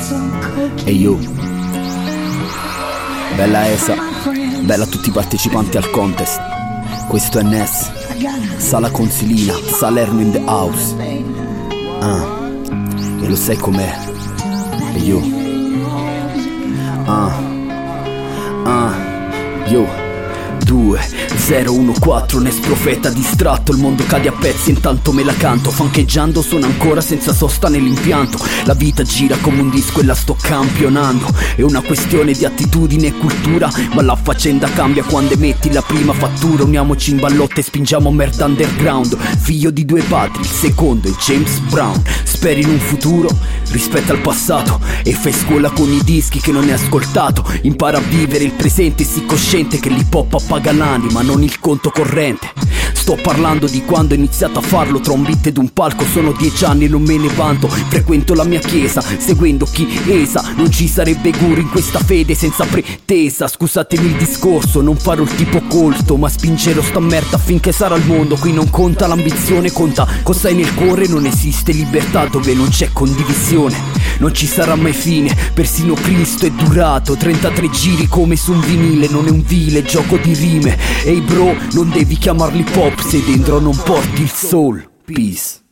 Ehi yo, bella Esa, bella a tutti i partecipanti al contest. Questo è Ness, Sala Consilina, Salerno in the house. E lo sai com'è? E yo, yo 2014, Ness profeta distratto, il mondo cade a pezzi, intanto me la canto. Fancheggiando sono ancora senza sosta nell'impianto. La vita gira come un disco e la sto campionando. È una questione di attitudine e cultura, ma la faccenda cambia quando emetti la prima fattura. Uniamoci in ballotta e spingiamo merda underground. Figlio di due padri, il secondo è James Brown. Speri in un futuro, rispetta il passato e fai scuola con i dischi che non hai ascoltato. Impara a vivere il presente e sii cosciente che l'hip hop appaga l'anima, non il conto corrente. Sto parlando di quando ho iniziato a farlo, tra un beat ed un palco. Sono 10 anni e non me ne vanto. Frequento la mia chiesa, seguendo chi esa. Non ci sarebbe guru in questa fede senza pretesa. Scusatemi il discorso, non farò il tipo colto, ma spingerò sta merda finché sarà al mondo. Qui non conta l'ambizione, conta cosa hai nel cuore. Non esiste libertà dove non c'è condivisione. Non ci sarà mai fine, persino Cristo è durato 33 giri come su un vinile. Non è un vile gioco di rime. Ehi bro, non devi chiamarli pop se dentro non porti il soul. Peace.